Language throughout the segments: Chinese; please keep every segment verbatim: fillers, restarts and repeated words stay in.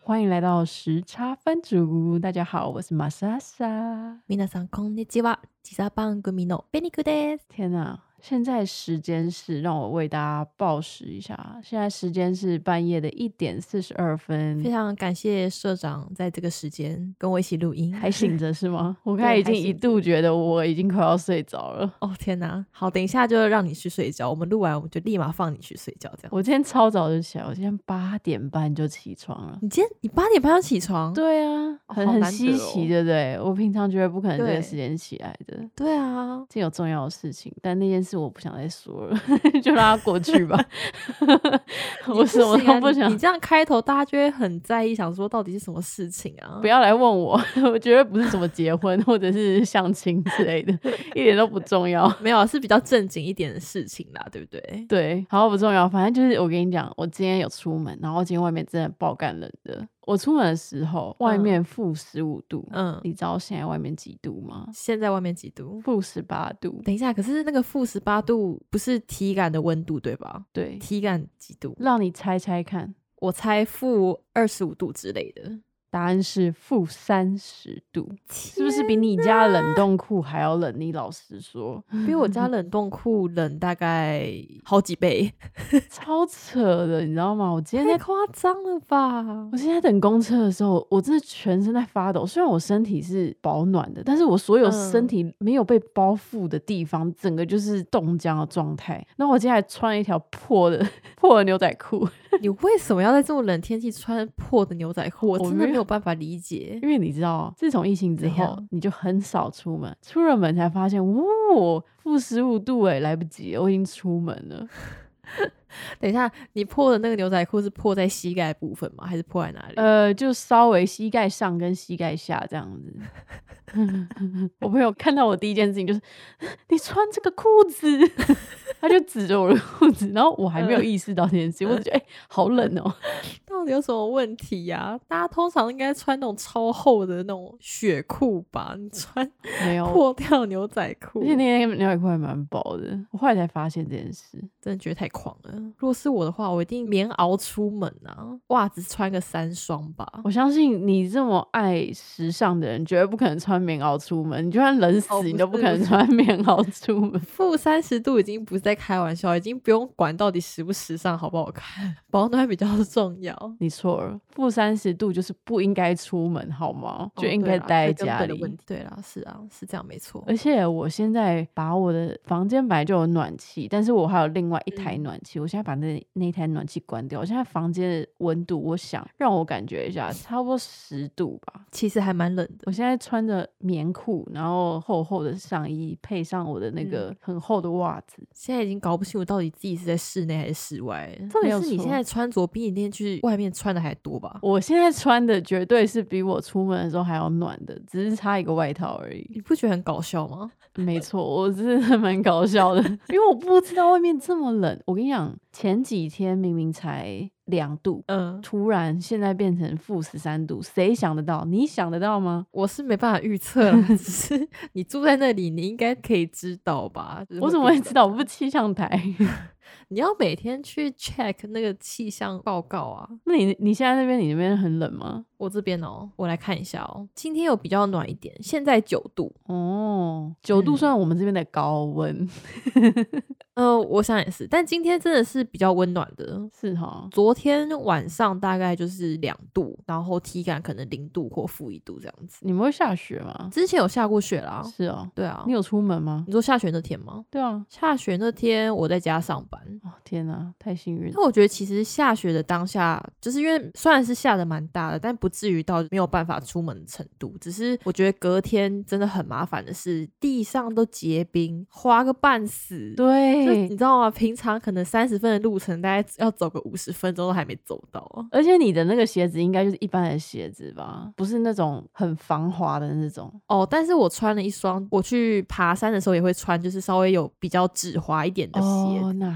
欢迎来到时差番主。大家好，我是玛莎莎。 皆さんこんにちは。時差番組のベニクです。 天哪！现在时间是，让我为大家报时一下，现在时间是半夜的一点四十二分。 非常感谢社长在这个时间跟我一起录音， 还醒着是吗？我刚才已经一度觉得我已经快要睡着了。 哦天哪！好，等一下就让你去睡觉，我们录完我们就立马放你去睡觉，这样。 我今天超早就起来，我今天八点半就起床了。 你今天你八点半要起床？ 对啊，很、 哦、 很稀奇，对不对？我平常觉得不可能这个时间起来的。 对啊， 这有重要的事情，但那件事我不想再说了，就让它过去吧。我什么都不想。 你这样开头，大家就会很在意，想说到底是什么事情啊？ 不要来问我，我觉得不是什么结婚或者是相亲之类的，一点都不重要。 没有，是比较正经一点的事情啦，对不对？ 对，好不重要，反正就是我跟你讲，我今天有出门，然后今天外面真的爆干冷的。我出门的时候，外面负十五度，嗯，你知道现在外面几度吗？ 现在外面几度？ 负十八度。 等一下，可是那个负十八度不是体感的温度对吧？ 对， 体感几度？ 让你猜猜看， 我猜负二十五度之类的。 答案是负三十度，是不是比你家冷冻库还要冷？你老实说， 比我家冷冻库冷大概好几倍， 超扯的，你知道吗？我今天太夸张了吧！ 我现在等公车的时候，我真的全身在发抖。虽然我身体是保暖的，但是我所有身体没有被包覆的地方，嗯、整个就是冻僵的状态。然后我今天还穿了一条破的破的牛仔裤。 你为什么要在这么冷天气穿破的牛仔裤？我真的没有办法理解。 因为你知道，自从疫情之后，你就很少出门，出了门才发现，哇，负十五度哎，来不及，我已经出门了。 等一下，你破的那个牛仔裤是破在膝盖部分吗？还是破在哪里？ 呃，就稍微膝盖上跟膝盖下这样子。我朋友看到我第一件事情就是你穿这个裤子，他就指着我的裤子，然后我还没有意识到这件事情，我就觉得哎、欸，好冷哦、喔。 到底有什么问题呀、啊？大家通常应该穿那种超厚的那种雪裤吧？你穿没有破掉牛仔裤， 而且那天牛仔裤还蛮薄的。我后来才发现这件事， 真的觉得太狂了。如果是我的话，我一定棉袄出门啊，袜子穿个三双吧。 我相信你这么爱时尚的人，绝对不可能穿棉袄出门。你就算冷死，哦、你都不可能穿棉袄出门。 负三十度已经不是在开玩笑，已经不用管到底时不时尚、好不好看，保暖比较重要。 你错了，负三十度就是不应该出门，好吗？哦、就应该待在家里。 问题对啦，是啊，是这样没错。 而且我现在把我的房间本来就有暖气，但是我还有另外一台暖气，嗯、我现在把那那一台暖气关掉。我现在房间的温度，我想让我感觉一下，差不多十度吧。 其实还蛮冷的。 我现在穿着棉裤，然后厚厚的上衣，配上我的那个很厚的袜子。嗯、 现在已经搞不清楚到底自己是在室内还是室外。重点是你现在穿着比你那天去外面穿的还多吧？ 我现在穿的绝对是比我出门的时候还要暖的，只是差一个外套而已。 你不觉得很搞笑吗？ 没错，我真的蛮搞笑的，因为我不知道外面这么冷。我跟你讲，前几天明明才两度，嗯，突然现在变成负十三度，谁想得到？你想得到吗？ 我是没办法预测了，只是你住在那里，你应该可以知道吧？就是、 我怎么会知道？我不是气象台。 你要每天去 check 那个气象报告啊。 那你你现在那边你那边很冷吗？ 我这边哦，我来看一下哦。今天有比较暖一点，现在九度哦，九度算我们这边的高温。 呃，我想也是，但今天真的是比较温暖的， 是哈。 昨天晚上大概就是两度，然后体感可能零度或负一度这样子。 你们会下雪吗？ 之前有下过雪啦。 是哦， 对啊。 你有出门吗？ 你说下雪那天吗？ 对啊， 下雪那天我在家上班。 哦天哪，太幸运了。 但我觉得其实下雪的当下，就是因为虽然是下的蛮大的，但不至于到没有办法出门的程度。只是我觉得隔天真的很麻烦的是，地上都结冰，滑个半死。 对， 你知道吗？平常可能三十分的路程，大概要走个五十分钟都还没走到啊。 而且你的那个鞋子应该就是一般的鞋子吧，不是那种很防滑的那种。 哦，但是我穿了一双，我去爬山的时候也会穿，就是稍微有比较止滑一点的鞋子。 哦，那还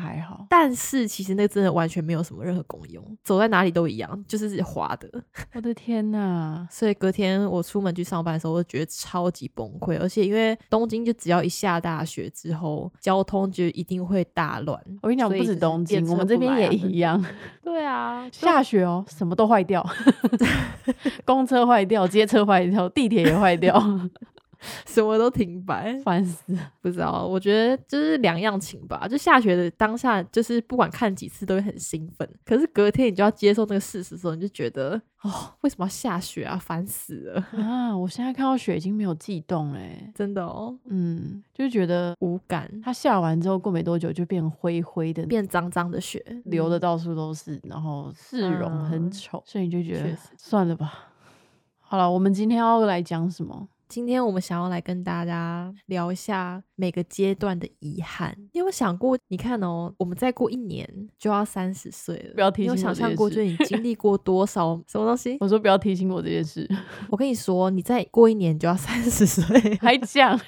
还好。 但是其实那真的完全没有什么任何功用，走在哪里都一样，就是滑的。 我的天哪！ 所以隔天我出门去上班的时候，我就觉得超级崩溃，而且因为东京就只要一下大雪之后，交通就一定会大乱。 我跟你讲，不止东京，我们这边也一样。 对啊， 下雪哦，什么都坏掉，公车坏掉，街车坏掉，地铁也坏掉。 什么都停摆， 烦死了。 不知道，我觉得就是两样情吧。就下雪的当下，就是不管看几次都会很兴奋，可是隔天你就要接受那个事实的时候，你就觉得哦，为什么要下雪啊？烦死了啊！我现在看到雪已经没有悸动嘞， 真的哦。 嗯，就觉得无感。 它下完之后，过没多久就变灰灰的， 变脏脏的雪， 流的到处都是，然后市容很丑，嗯、所以你就觉得算了吧。好了，我们今天要来讲什么？ 今天我们想要来跟大家聊一下每个阶段的遗憾。你有没有想过，你看哦，我们再过一年就要三十岁了， 不要提醒我这件事。 你有想象过，就是你经历过多少什么东西？ 我说不要提醒我这件事。 我跟你说，你再过一年就要三十岁， 还讲？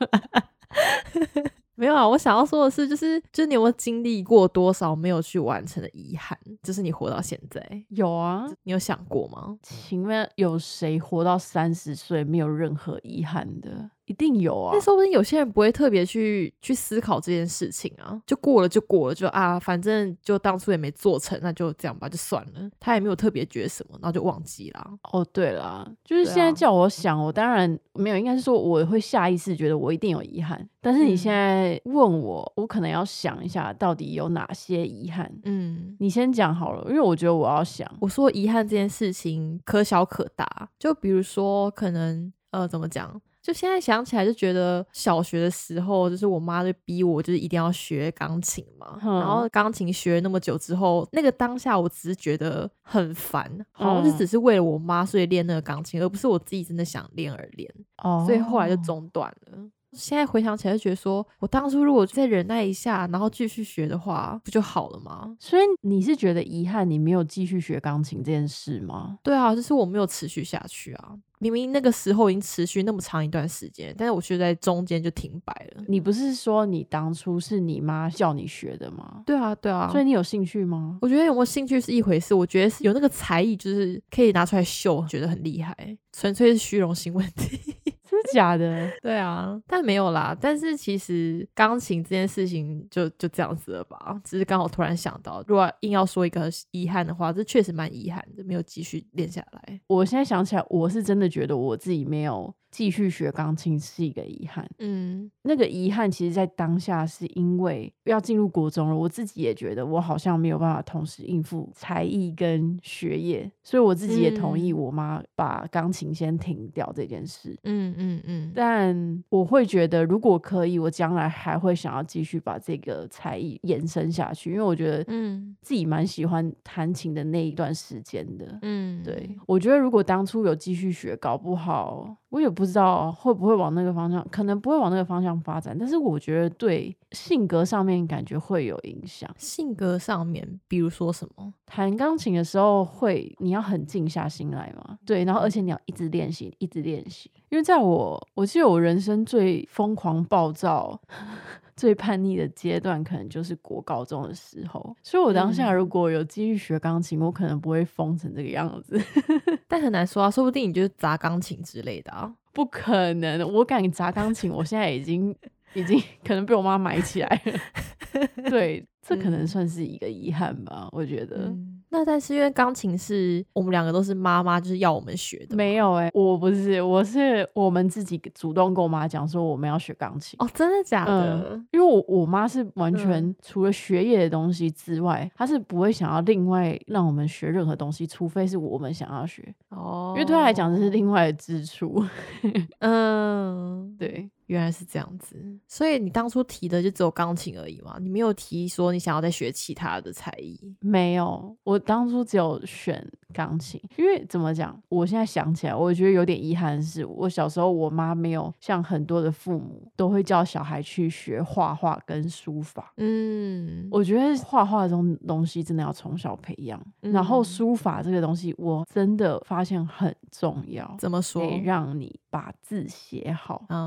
没有啊，我想要说的是，就是就是你有没有经历过多少没有去完成的遗憾？就是你活到现在。 有啊， 你有想过吗？ 请问有谁活到三十岁没有任何遗憾的？一定有啊。 但说不定有些人不会特别去去思考这件事情啊，就过了就过了，就啊，反正就当初也没做成，那就这样吧，就算了。他也没有特别觉得什么，然后就忘记啦。 哦，对啦，就是现在叫我想，我当然没有，应该是说我会下意识觉得我一定有遗憾。但是你现在问我，嗯、我可能要想一下到底有哪些遗憾。嗯，你先讲好了，因为我觉得我要想。 我说遗憾这件事情可小可大，就比如说可能呃，怎么讲？就现在想起来就觉得小学的时候，就是我妈就逼我就是一定要学钢琴嘛、嗯、然后钢琴学了那么久之后，那个当下我只是觉得很烦，好像就只是为了我妈所以练那个钢琴、嗯、而不是我自己真的想练而练、哦、所以后来就中断了。现在回想起来就觉得说，我当初如果再忍耐一下然后继续学的话不就好了吗？ 所以你是觉得遗憾你没有继续学钢琴这件事吗？ 对啊，就是我没有持续下去啊，明明那个时候已经持续那么长一段时间，但是我却在中间就停摆了。 你不是说你当初是你妈叫你学的吗？ 对啊对啊， 所以你有兴趣吗？ 我觉得有没有兴趣是一回事，我觉得是有那个才艺就是可以拿出来秀，觉得很厉害，纯粹是虚荣心问题。 真的假的？ 对啊，但没有啦。但是其实钢琴这件事情就就这样子了吧，只是刚好突然想到，如果硬要说一个遗憾的话，这确实蛮遗憾的，没有继续练下来。 我现在想起来，我是真的觉得我自己没有继续学钢琴是一个遗憾。嗯，那个遗憾其实在当下是因为要进入国中了，我自己也觉得我好像没有办法同时应付才艺跟学业，所以我自己也同意我妈把钢琴先停掉这件事。嗯嗯嗯，但我会觉得如果可以，我将来还会想要继续把这个才艺延伸下去，因为我觉得嗯自己蛮喜欢弹琴的那一段时间的。嗯，对，我觉得如果当初有继续学，搞不好我也不知道会不会往那个方向，可能不会往那个方向发展，但是我觉得对性格上面感觉会有影响。 性格上面比如说什么？ 弹钢琴的时候会你要很静下心来嘛，对，然后而且你要一直练习一直练习。因为在我我记得我人生最疯狂暴躁最叛逆的阶段可能就是国高中的时候，所以我当下如果有继续学钢琴、嗯、我可能不会疯成这个样子。 但很难说啊，说不定你就是砸钢琴之类的啊。 不可能，我敢砸钢琴我现在已经已经可能被我妈埋起来了。对，这可能算是一个遗憾吧、嗯、我觉得、嗯那但是因为钢琴是我们两个都是妈妈就是要我们学的。 没有欸，我不是，我是我们自己主动跟我妈讲说我们要学钢琴。 哦，真的假的？ 嗯、因为我我妈是完全除了学业的东西之外、嗯、她是不会想要另外让我们学任何东西，除非是我们想要学。哦，因为对她来讲这是另外的支出。嗯，对， 原来是这样子。所以你当初提的就只有钢琴而已吗？你没有提说你想要再学其他的才艺？ 没有，我当初只有选钢琴。因为怎么讲，我现在想起来我觉得有点遗憾的是，我小时候我妈没有像很多的父母都会叫小孩去学画画跟书法。嗯，我觉得画画这种东西真的要从小培养、嗯、然后书法这个东西我真的发现很重要。 怎么说？ 得让你把字写好。哦，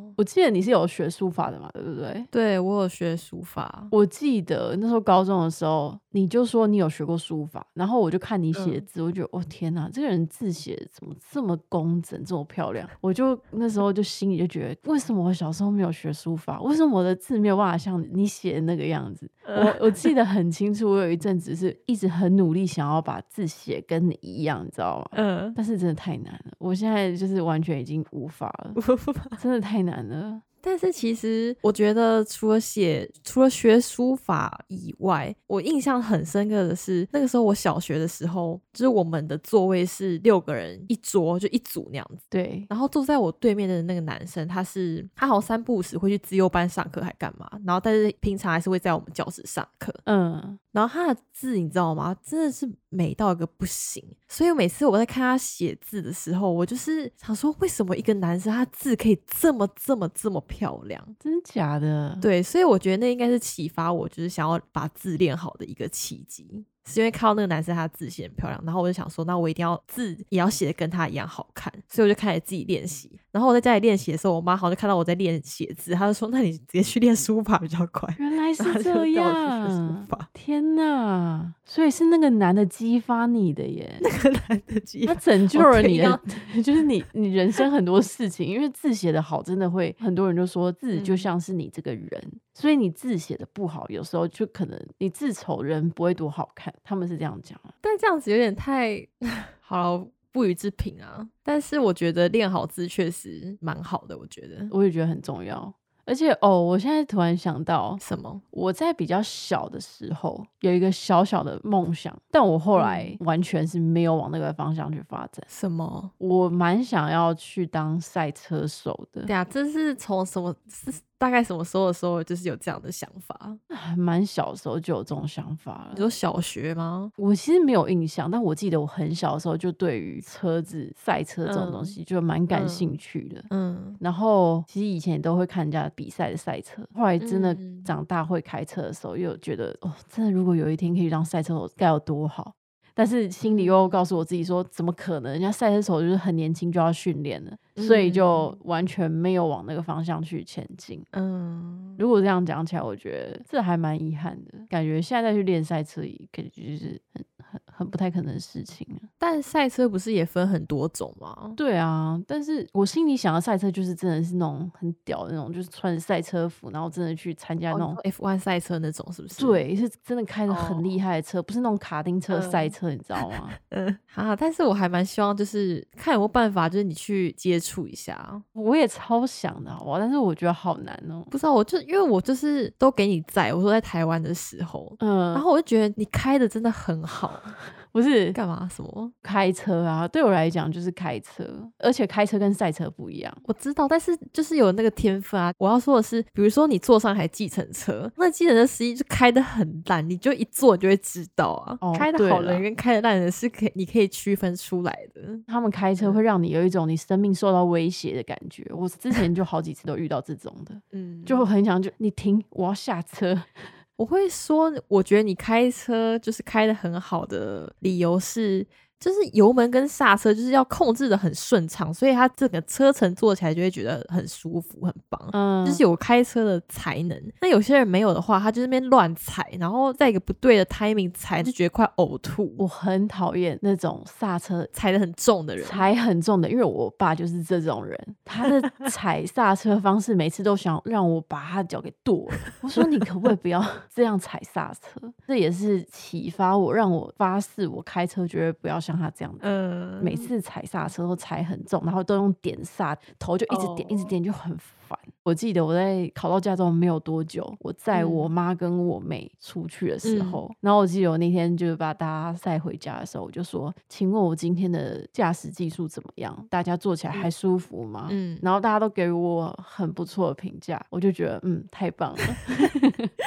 我记得你是有学书法的嘛，对不对？ 对，我有学书法。 我记得那时候高中的时候，你就说你有学过书法，然后我就看你写字，嗯、我就觉得哦天哪，这个人字写怎么这么工整，这么漂亮？我就那时候就心里就觉得，为什么我小时候没有学书法？为什么我的字没有办法像你写的那个样子？嗯、我我记得很清楚，我有一阵子是一直很努力想要把字写跟你一样，你知道吗？嗯，但是真的太难了，我现在就是完全已经无法了，真的太难了。 但是其实我觉得除了写除了学书法以外，我印象很深刻的是那个时候我小学的时候，就是我们的座位是六个人一桌，就一组那样子。 对， 然后坐在我对面的那个男生，他是他好像三不五时会去资优班上课还干嘛，然后但是平常还是会在我们教室上课。嗯，然后他的字你知道吗，真的是美到一个不行，所以每次我在看他写字的时候，我就是想说为什么一个男生他字可以这么这么这么漂亮， 真的假的？ 对，所以我觉得那应该是启发我就是想要把字练好的一个契机，是因为看到那个男生他的字写很漂亮，然后我就想说那我一定要字也要写得跟他一样好看，所以我就开始自己练习。然后我在家里练习的时候，我妈好像就看到我在练写字，她就说那你直接去练书法比较快。 原来是这样，天哪，所以是那个男的激发你的耶。 那个男的激发， 他拯救了你的就是你你人生很多事情，因为字写得好真的会很多人就说字就像是你这个人、嗯、所以你字写得不好有时候就可能你字丑人不会多好看，他们是这样讲。 但这样子有点太好了，不予置评啊。但是我觉得练好字确实蛮好的，我觉得我也觉得很重要。而且哦，我现在突然想到什么？ 我在比较小的时候有一个小小的梦想，但我后来完全是没有往那个方向去发展。 什么？ 我蛮想要去当赛车手的。 对啊，这是从什么？是大概什么时候的时候就是有这样的想法？ 蛮小的时候就有这种想法了。 你说小学吗？ 我其实没有印象，但我记得我很小的时候就对于车子赛车这种东西就蛮感兴趣的。嗯，嗯然后其实以前也都会看人家比赛的赛车，后来真的长大会开车的时候，又觉得哦，真的如果有一天可以当赛车手该有多好。但是心里又告诉我自己说怎么可能，人家赛车手就是很年轻就要训练了、嗯、所以就完全没有往那个方向去前进。嗯，如果这样讲起来我觉得这还蛮遗憾的，感觉现在再去练赛车感觉就是很很很不太可能的事情。 但赛车不是也分很多种吗？ 对啊，但是我心里想的赛车就是真的是那种很屌的那种，就是穿着赛车服然后真的去参加那种、 哦、F 一 赛车那种，是不是？ 对，是真的开着很厉害的车、哦、不是那种卡丁车赛车、嗯、你知道吗？ 嗯啊，但是我还蛮希望就是看有没有办法就是你去接触一下。 我也超想的好不好，但是我觉得好难哦。 不知道，我就因为我就是都给你载，我说在台湾的时候，嗯，然后我就觉得你开的真的很好。 不是干嘛？什么开车啊？对我来讲就是开车，而且开车跟赛车不一样。 我知道，但是就是有那个天分啊。我要说的是，比如说你坐上台计程车，那计程车司机就开得很烂，你就一坐你就会知道啊。哦、开得好的人跟开得烂的人是可以，你可以区分出来的。 他们开车会让你有一种你生命受到威胁的感觉。我之前就好几次都遇到这种的，嗯，就很想就你停，我要下车。 我会说，我觉得你开车就是开得很好的理由是，就是油门跟刹车就是要控制的很顺畅，所以它这个车程坐起来就会觉得很舒服很棒，嗯，就是有开车的才能。那有些人没有的话，他就那边乱踩，然后在一个不对的 timing 踩，就觉得快呕吐。 我很讨厌那种刹车踩得很重的人， 踩很重的，因为我爸就是这种人，他的踩刹车方式每次都想让我把他的脚给剁了。我说你可不可以不要这样踩刹车？这也是启发我，让我发誓我开车绝对不要像他这样子、嗯、每次踩刹车都踩很重，然后都用点刹，头就一直点、哦、一直点，就很烦。我记得我在考到驾照没有多久，我载我妈跟我妹出去的时候、嗯、然后我记得我那天就是把大家载回家的时候，我就说请问我今天的驾驶技术怎么样，大家坐起来还舒服吗？嗯，然后大家都给我很不错的评价，我就觉得嗯太棒了。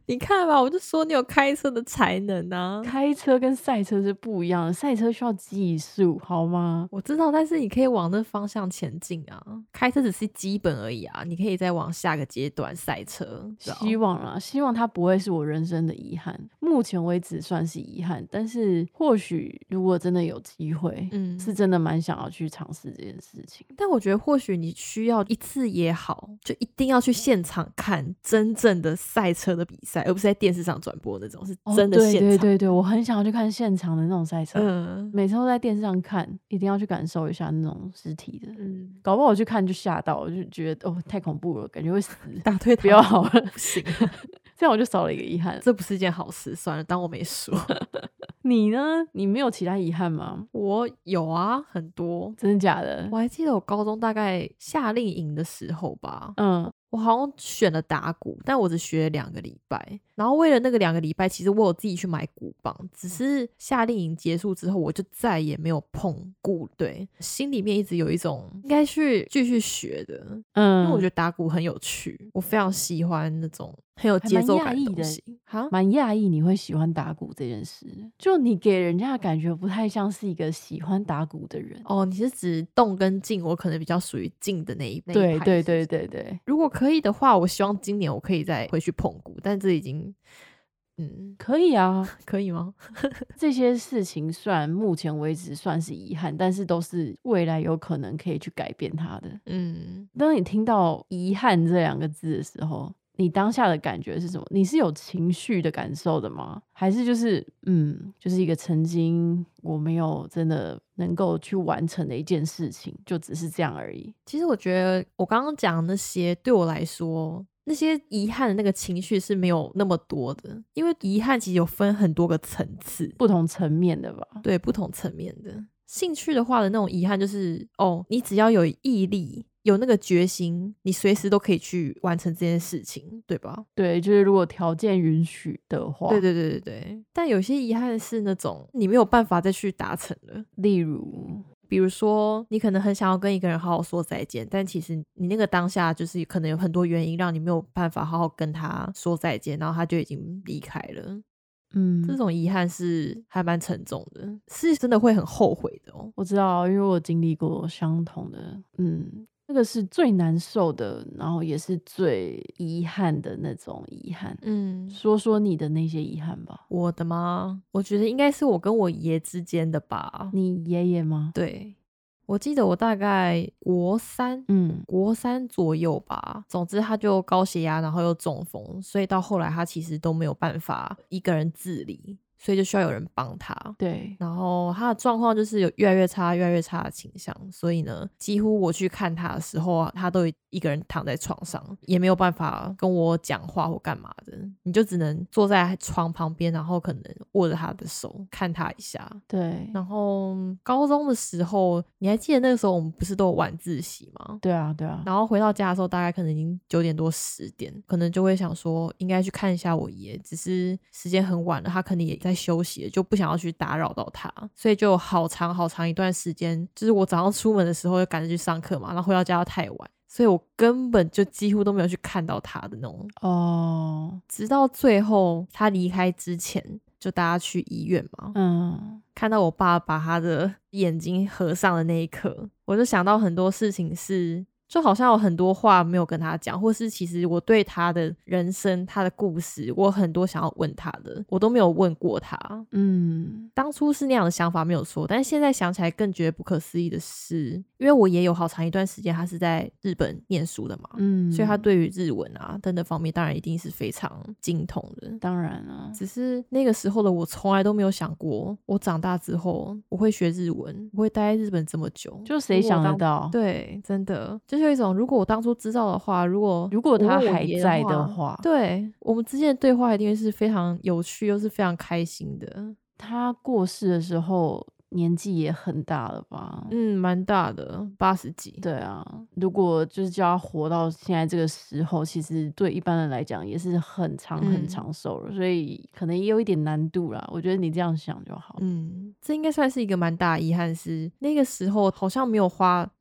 你看吧，我就说你有开车的才能啊。 开车跟赛车是不一样的，赛车需要技术，好吗？ 我知道，但是你可以往那方向前进啊。开车只是基本而已啊，你可以再往下个阶段赛车。 希望啦，希望它不会是我人生的遗憾。目前为止算是遗憾，但是或许如果真的有机会，嗯，是真的蛮想要去尝试这件事情。 但我觉得或许你需要一次也好，就一定要去现场看真正的赛车的比赛，而不是在电视上转播那种，是真的现场。 哦、对对对对，我很想要去看现场的那种赛车。嗯，每次都在电视上看，一定要去感受一下那种实体的。嗯，搞不好我去看就吓到，我就觉得哦太恐怖了，感觉会死， 打退不要好了， 不行。 这样我就少了一个遗憾， 这不是一件好事。算了，当我没说。 你呢？你没有其他遗憾吗？ 我有啊，很多。 真的假的？ 我还记得我高中大概夏令营的时候吧，嗯，我好像选了打鼓，但我只学了两个礼拜。然后为了那个两个礼拜，其实我有自己去买鼓棒，只是夏令营结束之后，我就再也没有碰鼓。对，心里面一直有一种应该去继续学的，嗯，因为我觉得打鼓很有趣，我非常喜欢那种很有节奏感的东西。 哈，蛮讶异你会喜欢打鼓这件事，就你给人家的感觉不太像是一个喜欢打鼓的人。 哦，你是指动跟静，我可能比较属于静的那一派。 对对对对对， 如果可以的话，我希望今年我可以再回去碰鼓，但这已经。 嗯，可以啊， 可以吗？ 这些事情虽然目前为止算是遗憾，但是都是未来有可能可以去改变它的。嗯，当你听到遗憾这两个字的时候，你当下的感觉是什么？你是有情绪的感受的吗？还是就是嗯，就是一个曾经我没有真的能够去完成的一件事情，就只是这样而已？ 其实我觉得我刚刚讲那些对我来说，那些遗憾的那个情绪是没有那么多的，因为遗憾其实有分很多个层次， 不同层面的吧？ 对，不同层面的。兴趣的话的那种遗憾就是哦，你只要有毅力，有那个决心，你随时都可以去完成这件事情，对吧？ 对，就是如果条件允许的话。 对对对对对。但有些遗憾是那种你没有办法再去达成了， 例如。 比如说，你可能很想要跟一个人好好说再见，但其实你那个当下就是可能有很多原因让你没有办法好好跟他说再见，然后他就已经离开了。嗯，这种遗憾是还蛮沉重的，是真的会很后悔的哦。 我知道，因为我经历过相同的，嗯，那个是最难受的，然后也是最遗憾的那种遗憾。嗯，说说你的那些遗憾吧。 我的吗？我觉得应该是我跟我爷之间的吧。 你爷爷吗？ 对。我记得我大概国三，嗯，国三左右吧。总之他就高血压，然后又中风，所以到后来他其实都没有办法一个人自理，所以就需要有人帮他。 对， 然后他的状况就是有越来越差、越来越差的倾向，所以呢，几乎我去看他的时候啊，他都一个人躺在床上，也没有办法跟我讲话或干嘛的，你就只能坐在床旁边，然后可能握着他的手看他一下。 对， 然后高中的时候，你还记得那个时候我们不是都有晚自习吗？ 对啊，对啊。 然后回到家的时候，大概可能已经九点多十点，可能就会想说应该去看一下我爷，只是时间很晚了，他可能也在休息了，就不想要去打扰到他，所以就好长好长一段时间，就是我早上出门的时候又赶着去上课嘛，然后回到家又太晚，所以我根本就几乎都没有去看到他的那种哦。直到最后他离开之前，就大家去医院嘛，嗯，看到我爸把他的眼睛合上的那一刻，我就想到很多事情是。就好像有很多话没有跟他讲，或是其实我对他的人生、他的故事，我有很多想要问他的，我都没有问过他。嗯，当初是那样的想法没有错，但是现在想起来更觉得不可思议的是，因为我也有好长一段时间他是在日本念书的嘛，嗯，所以他对于日文啊等等方面，当然一定是非常精通的。 当然啊， 只是那个时候的我从来都没有想过，我长大之后我会学日文，我会待在日本这么久， 就谁想得到？ 对，真的就是有一种，如果我当初知道的话，如果如果他还在的话， 对，我们之间的对话一定是非常有趣又是非常开心的。 他过世的时候年纪也很大了吧？ 嗯，蛮大的，八十几。 对啊，如果就是叫他活到现在这个时候，其实对一般人来讲也是很长很长寿了，嗯，所以可能也有一点难度啦。我觉得你这样想就好。 嗯，这应该算是一个蛮大的遗憾，是那个时候好像没有花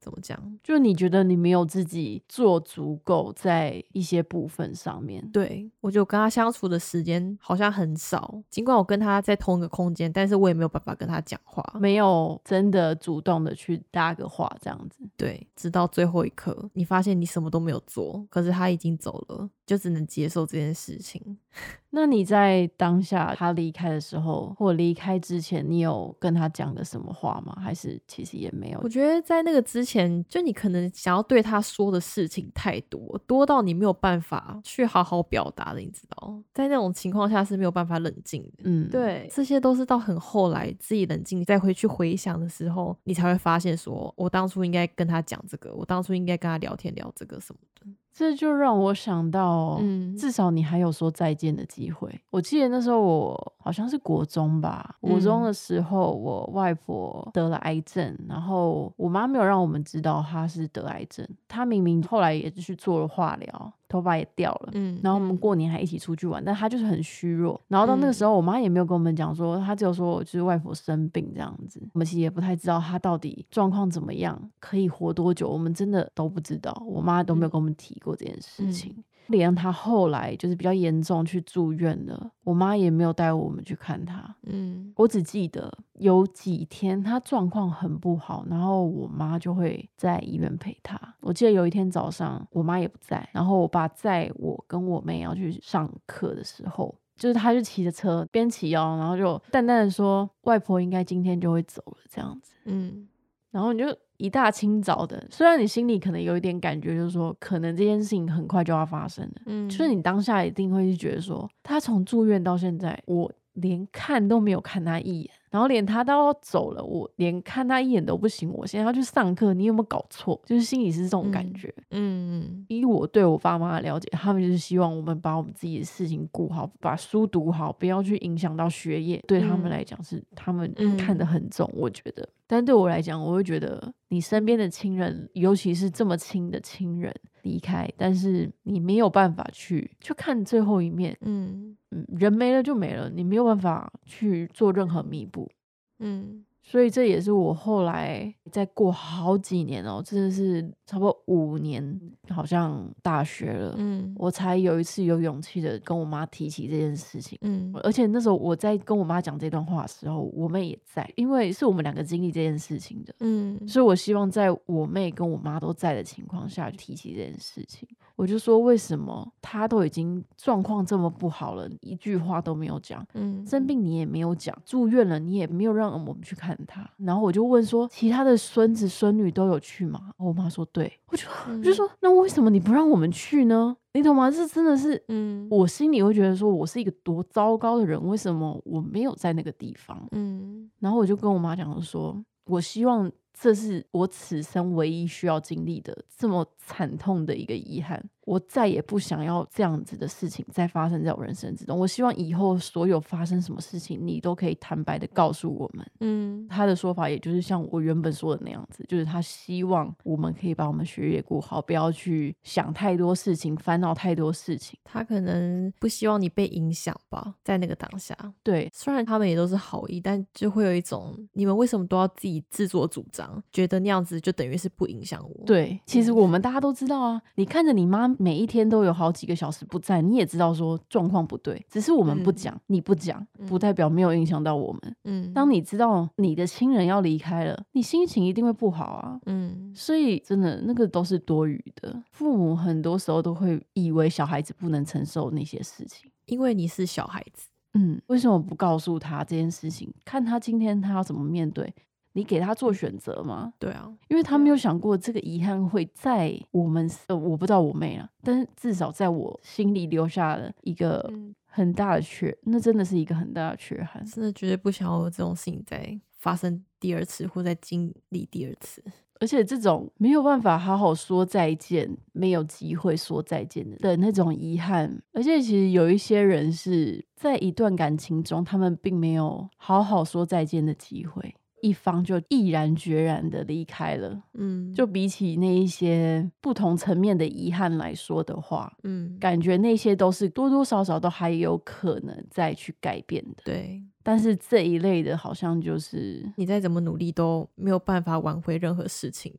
怎么讲？ 就你觉得你没有自己做足够在一些部分上面。 对，我觉得我跟他相处的时间好像很少，尽管我跟他在同一个空间，但是我也没有办法跟他讲话， 没有真的主动的去搭个话这样子。 对，直到最后一刻你发现你什么都没有做，可是他已经走了，就只能接受这件事情。 那你在当下他离开的时候，或离开之前，你有跟他讲个什么话吗？还是其实也没有？ 我觉得在那个之前，就你可能想要对他说的事情太多，多到你没有办法去好好表达的，你知道，在那种情况下是没有办法冷静的。 嗯， 对，这些都是到很后来自己冷静再回去回想的时候，你才会发现说，我当初应该跟他讲这个，我当初应该跟他聊天聊这个什么的。 这就让我想到， 嗯至少你还有说再见的机会。我记得那时候我好像是国中吧，国中的时候，我外婆得了癌症，然后我妈没有让我们知道她是得癌症，她明明后来也是去做了化疗，头发也掉了， 嗯， 然后我们过年还一起出去玩，但她就是很虚弱。然后到那个时候，我妈也没有跟我们讲说，她只有说我就是外婆生病这样子。我们其实也不太知道她到底状况怎么样，可以活多久，我们真的都不知道，我妈都没有跟我们提过这件事情。嗯，连她后来就是比较严重去住院了，我妈也没有带我们去看她。嗯，我只记得有几天她状况很不好，然后我妈就会在医院陪她。我记得有一天早上我妈也不在，然后我爸在我跟我妹要去上课的时候，就是他就骑着车边骑哦，然后就淡淡的说外婆应该今天就会走了这样子。嗯，然后你就一大清早的，虽然你心里可能有一点感觉，就是说可能这件事情很快就要发生了，嗯，就是你当下一定会觉得说，他从住院到现在，我连看都没有看他一眼，然后连他都要走了，我连看他一眼都不行，我现在要去上课，你有没有搞错？就是心里是这种感觉。嗯嗯，以我对我爸妈的了解，他们就是希望我们把我们自己的事情顾好，把书读好，不要去影响到学业。对他们来讲是他们看得很重，我觉得。但对我来讲，我会觉得你身边的亲人，尤其是这么亲的亲人离开，但是你没有办法去去看最后一面。嗯嗯，人没了就没了，你没有办法去做任何弥补。嗯，所以这也是我后来再过好几年哦，真的是差不多五年，好像大学了，嗯，我才有一次有勇气的跟我妈提起这件事情。嗯，而且那时候我在跟我妈讲这段话的时候，我妹也在，因为是我们两个经历这件事情的。嗯，所以我希望在我妹跟我妈都在的情况下提起这件事情。我就说为什么她都已经状况这么不好了，一句话都没有讲，嗯，生病你也没有讲，住院了你也没有让我们去看她。然后我就问说其他的孙子孙女都有去吗？我妈说对。我就、嗯、我就说那为什么你不让我们去呢？你懂吗？这真的是，嗯，我心里会觉得说我是一个多糟糕的人，为什么我没有在那个地方？嗯，然后我就跟我妈讲说，我希望这是我此生唯一需要经历的这么惨痛的一个遗憾，我再也不想要这样子的事情再发生在我人生之中。我希望以后所有发生什么事情，你都可以坦白的告诉我们。嗯，他的说法也就是像我原本说的那样子，就是他希望我们可以把我们学业顾好，不要去想太多事情，烦恼太多事情。 他可能不希望你被影响吧，在那个当下。 对， 虽然他们也都是好意，但就会有一种你们为什么都要自己自作主张，觉得那样子就等于是不影响我。 对，其实我们大家都知道啊，你看着你妈每一天都有好几个小时不在，你也知道说状况不对，只是我们不讲、嗯、你不讲不代表没有影响到我们。嗯，当你知道你的亲人要离开了，你心情一定会不好啊。嗯，所以真的那个都是多余的，父母很多时候都会以为小孩子不能承受那些事情， 因为你是小孩子。 嗯，为什么不告诉他这件事情，看他今天他要怎么面对，你给他做选择吗？ 对啊， 因为他没有想过这个遗憾会在我们呃，我不知道我妹啦，但是至少在我心里留下了一个很大的缺、嗯、那真的是一个很大的缺憾， 真的绝对不想要有这种事情再发生第二次或再经历第二次。 而且这种没有办法好好说再见，没有机会说再见的那种遗憾，而且其实有一些人是在一段感情中，他们并没有好好说再见的机会，一方就毅然决然的离开了。嗯，就比起那一些不同层面的遗憾来说的话，嗯，感觉那些都是多多少少都还有可能再去改变的。 对， 但是这一类的好像就是你再怎么努力都没有办法挽回任何事情的。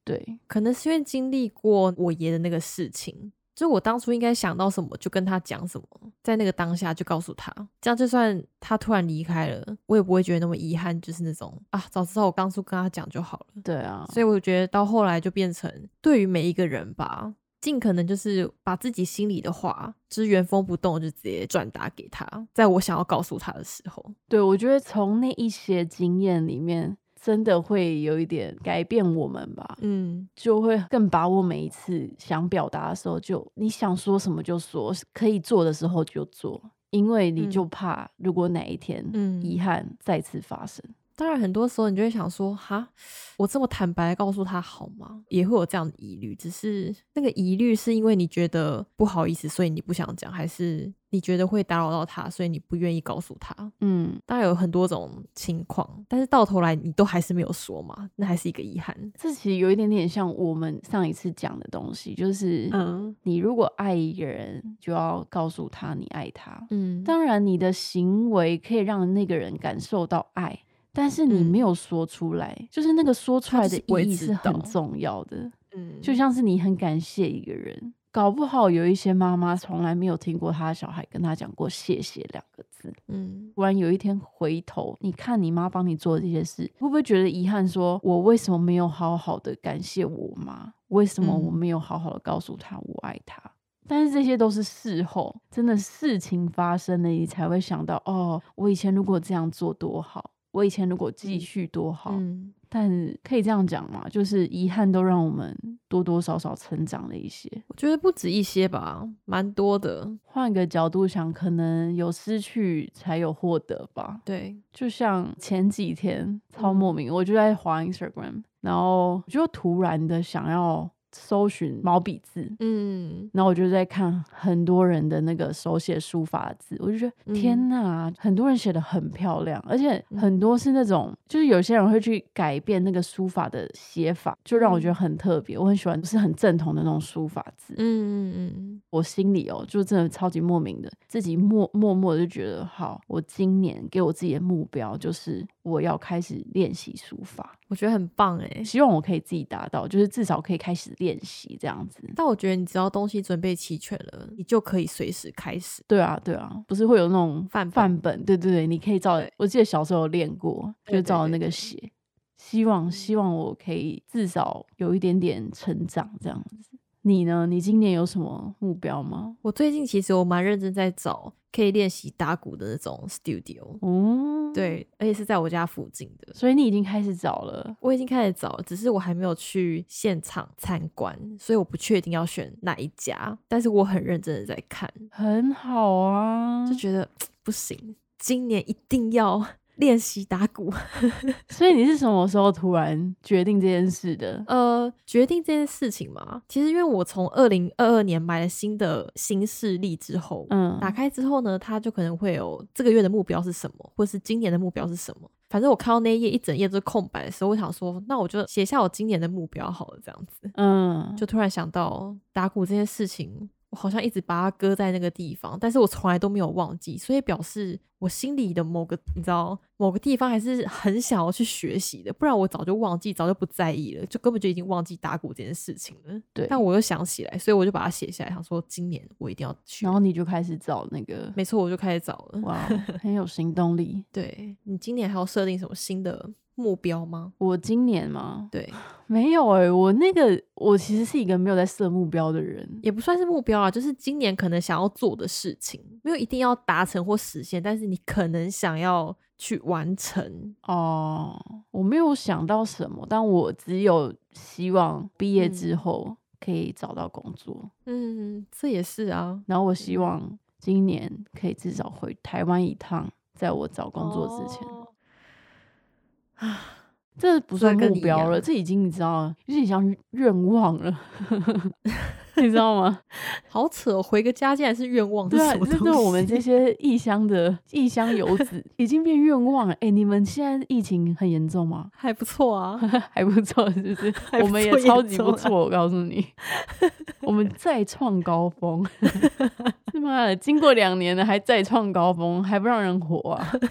对， 可能是因为经历过我爷的那个事情，就我当初应该想到什么就跟他讲什么，在那个当下就告诉他，这样就算他突然离开了，我也不会觉得那么遗憾，就是那种啊，早知道我当初跟他讲就好了。 对啊， 所以我觉得到后来就变成对于每一个人吧，尽可能就是把自己心里的话就是原封不动就直接转达给他，在我想要告诉他的时候。 对，我觉得从那一些经验里面真的会有一点改变我们吧， 嗯， 就会更把握每一次想表达的时候，就你想说什么就说，可以做的时候就做，因为你就怕如果哪一天遗憾再次发生。 嗯，当然很多时候你就会想说，哈，我这么坦白告诉他好吗？也会有这样的疑虑，只是那个疑虑是因为你觉得不好意思所以你不想讲，还是你觉得会打扰到他所以你不愿意告诉他？嗯，当然有很多种情况，但是到头来你都还是没有说嘛，那还是一个遗憾。 这其实有一点点像我们上一次讲的东西，就是嗯，你如果爱一个人就要告诉他你爱他，嗯，当然你的行为可以让那个人感受到爱，但是你没有说出来，嗯，就是那个说出来的意义是很重要的。嗯，就像是你很感谢一个人，搞不好有一些妈妈从来没有听过她的小孩跟她讲过谢谢两个字。嗯，突然有一天回头你看你妈帮你做的这些事，会不会觉得遗憾，说我为什么没有好好的感谢我妈，为什么我没有好好的告诉她我爱她？但是这些都是事后，真的事情发生了你才会想到，哦，我以前如果这样做多好，我以前如果继续多好。嗯，但可以这样讲嘛，就是遗憾都让我们多多少少成长了一些。 我觉得不止一些吧，蛮多的。 换个角度想，可能有失去才有获得吧。 对， 就像前几天超莫名，嗯，我就在滑 Instagram， 然后我就突然的想要搜寻毛笔字，嗯，然后我就在看很多人的那个手写书法字，我就觉得，嗯，天哪，很多人写得很漂亮，而且很多是那种，就是有些人会去改变那个书法的写法，就让我觉得很特别，我很喜欢不是很正统的那种书法字。嗯嗯嗯，我心里哦就真的超级莫名的，自己默默默的就觉得，好，我今年给我自己的目标就是我要开始练习书法。 我觉得很棒耶， 希望我可以自己达到，就是至少可以开始练习这样子。 但我觉得你只要东西准备齐全了，你就可以随时开始。 对啊对啊，不是会有那种范本，范本对对对，你可以照，我记得小时候有练过，就照那个写。对对对对，希望希望我可以至少有一点点成长这样子。你呢？你今年有什么目标吗？ 我最近其实我蛮认真在找可以练习打鼓的那种 studio。哦，对，而且是在我家附近的。 所以你已经开始找了？ 我已经开始找了，只是我还没有去现场参观，所以我不确定要选哪一家。但是我很认真的在看。 很好啊， 就觉得不行，今年一定要练习打鼓。 所以你是什么时候突然决定这件事的？ 呃，决定这件事情嘛，其实因为我从二零二二年买了新的新势力之后，嗯，打开之后呢，它就可能会有这个月的目标是什么，或是今年的目标是什么。反正我看到那一页一整页都是空白的时候，我想说，那我就写下我今年的目标好了，这样子。嗯，就突然想到打鼓这件事情，我好像一直把它搁在那个地方，但是我从来都没有忘记，所以表示我心里的某个你知道某个地方还是很想要去学习的，不然我早就忘记，早就不在意了，就根本就已经忘记打鼓这件事情了。对，但我又想起来，所以我就把它写下来，想说今年我一定要去。 然后你就开始找那个？ 没错，我就开始找了。 哇，很有行动力。 对，你今年还要设定什么新的目标吗？ 我今年吗？ 对， 没有哎、欸，我那个我其实是一个没有在设目标的人， 也不算是目标啊，就是今年可能想要做的事情，没有一定要达成或实现，但是你可能想要去完成。 哦，我没有想到什么，但我只有希望毕业之后可以找到工作。 嗯，这也是啊。 然后我希望今年可以至少回台湾一趟，在我找工作之前。哦啊，这不算目标了，这已经你知道，有点像愿望了，你知道吗？ 好扯，回个家竟然是愿望， 对啊， 这是我们这些异乡的异乡游子已经变愿望了。哎、欸，你们现在疫情很严重吗？ 还不错啊， 还不错，是不是？我们也超级不错，我告诉你，我们再创高峰，他妈的，经过两年了还再创高峰，还不让人活啊！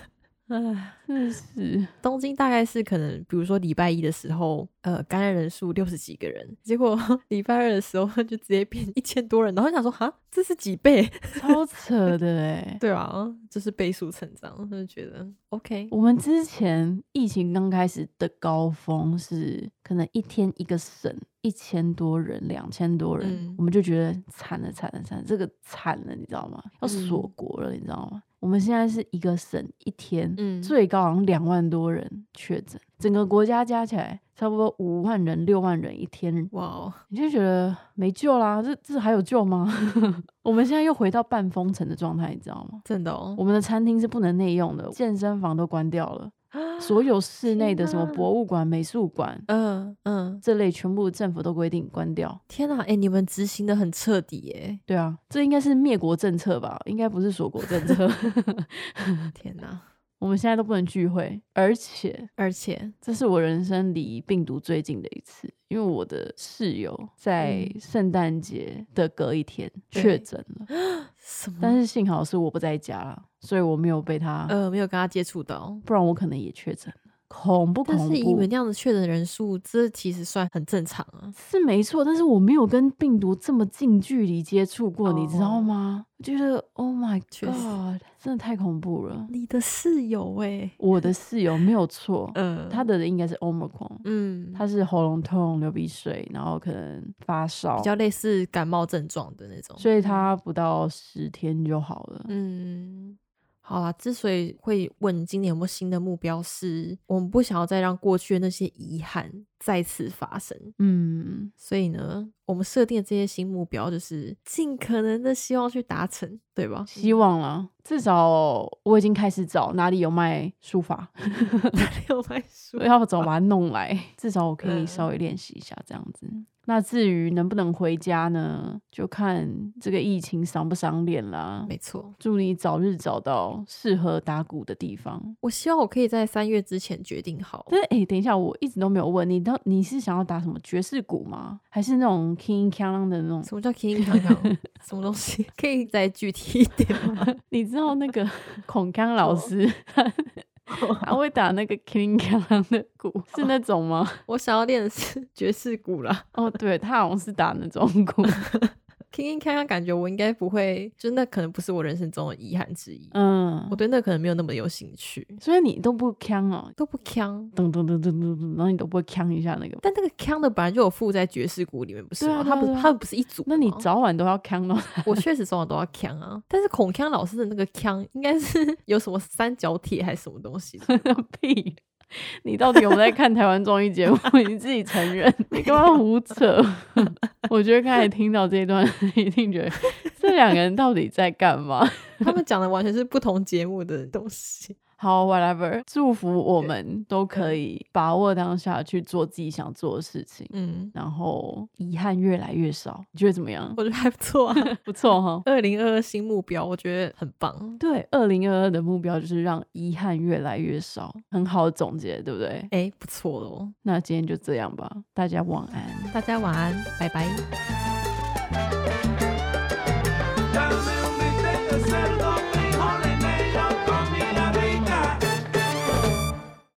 唉， 真的是东京大概是可能，比如说礼拜一的时候，呃，感染人数六十几个人，结果礼拜二的时候就直接变一千多人，然后想说，哈，这是几倍？ 超扯的哎。 对啊，就是倍数成长，就觉得 OK。 我们之前疫情刚开始的高峰是可能一天一个省一千多人、两千多人， 嗯我们就觉得惨了、惨了、惨了，这个惨了，你知道吗？要锁国了，你知道吗？我们现在是一个省一天、 嗯最高好像两万多人确诊，整个国家加起来差不多五万人、六万人一天， 哇哦， 你就觉得没救啦，这这还有救吗？我们现在又回到半封城的状态，你知道吗？ 真的哦， 我们的餐厅是不能内用的，健身房都关掉了，所有室内的什么天哪博物馆、美术馆嗯嗯， 这类全部政府都规定关掉。 天哪，哎、你们执行的很彻底耶！ 对啊，这应该是灭国政策吧？应该不是锁国政策。 天哪， 我们现在都不能聚会，而且而且， 这是我人生离病毒最近的一次，因为我的室友在嗯圣诞节的隔一天对确诊了， 什么？ 但是幸好是我不在家啦，所以我没有被他， 呃，没有跟他接触到。 不然我可能也确诊了。恐不恐怖？ 但是以你们那样的确诊人数，这其实算很正常啊。 是没错，但是我没有跟病毒这么近距离接触过， 哦你知道吗？我觉得 Oh my 确实 God，真的太恐怖了。 你的室友哎、 我的室友没有错， 嗯， 他的应该是 Omicron， 嗯， 他是喉咙痛、流鼻水，然后可能发烧比，较类似感冒症状的那种， 所以他不到十天就好了。 嗯。好啦，之所以会问今年有没有新的目标是，我们不想要再让过去的那些遗憾再次发生。 嗯， 所以呢，我们设定的这些新目标就是尽可能的希望去达成，对吧？ 希望啦，至少我已经开始找哪里有卖书法， 六百书要怎么把它弄来，至少我可以嗯稍微练习一下这样子。那至于能不能回家呢，就看这个疫情伤不伤脸啦。 没错， 祝你早日找到适合打鼓的地方。 我希望我可以在三月之前决定好。 但是，哎、等一下，我一直都没有问你，到你是想要打什么爵士鼓吗？还是那种 king kang 的那种？ 什么叫 king 康康？什么东西？可以再具体一点吗？ 你知道那个孔康老师，他会打那个 king kang 的鼓，是那种吗？ 我想要练的是爵士鼓啦。 哦，对，他好像是打那种鼓。 king 康康感觉我应该不会，就那可能不是我人生中的遗憾之一。 嗯我，对那可能没有那么有兴趣， 所以你都不锵哦， 都不康。 噔噔噔噔噔噔，然后你都不会锵一下那个。 但那个康的本来就有附在爵士鼓里面，不是对啊吗？它不是， 对啊对啊它不是一组吗。 那你早晚都要锵到我确实早晚都要康啊，但是孔康老师的那个康应该是有什么三角铁还是什么东西的屁！你到底有没有在看台湾综艺节目？你自己承认，你干嘛胡扯？我觉得刚才听到这一段，一定觉得这两个人到底在干嘛？ 他们讲的完全是不同节目的东西。 好 ，whatever，祝福我们都可以把握当下去做自己想做的事情， 嗯， 然后遗憾越来越少。你觉得怎么样？ 我觉得还不错啊。 不错哈。 二零二二新目标，我觉得很棒。 对，二零二二的目标就是让遗憾越来越少，很好的总结，对不对？ 哎，不错咯。 那今天就这样吧，大家晚安。 大家晚安，拜拜。 Down there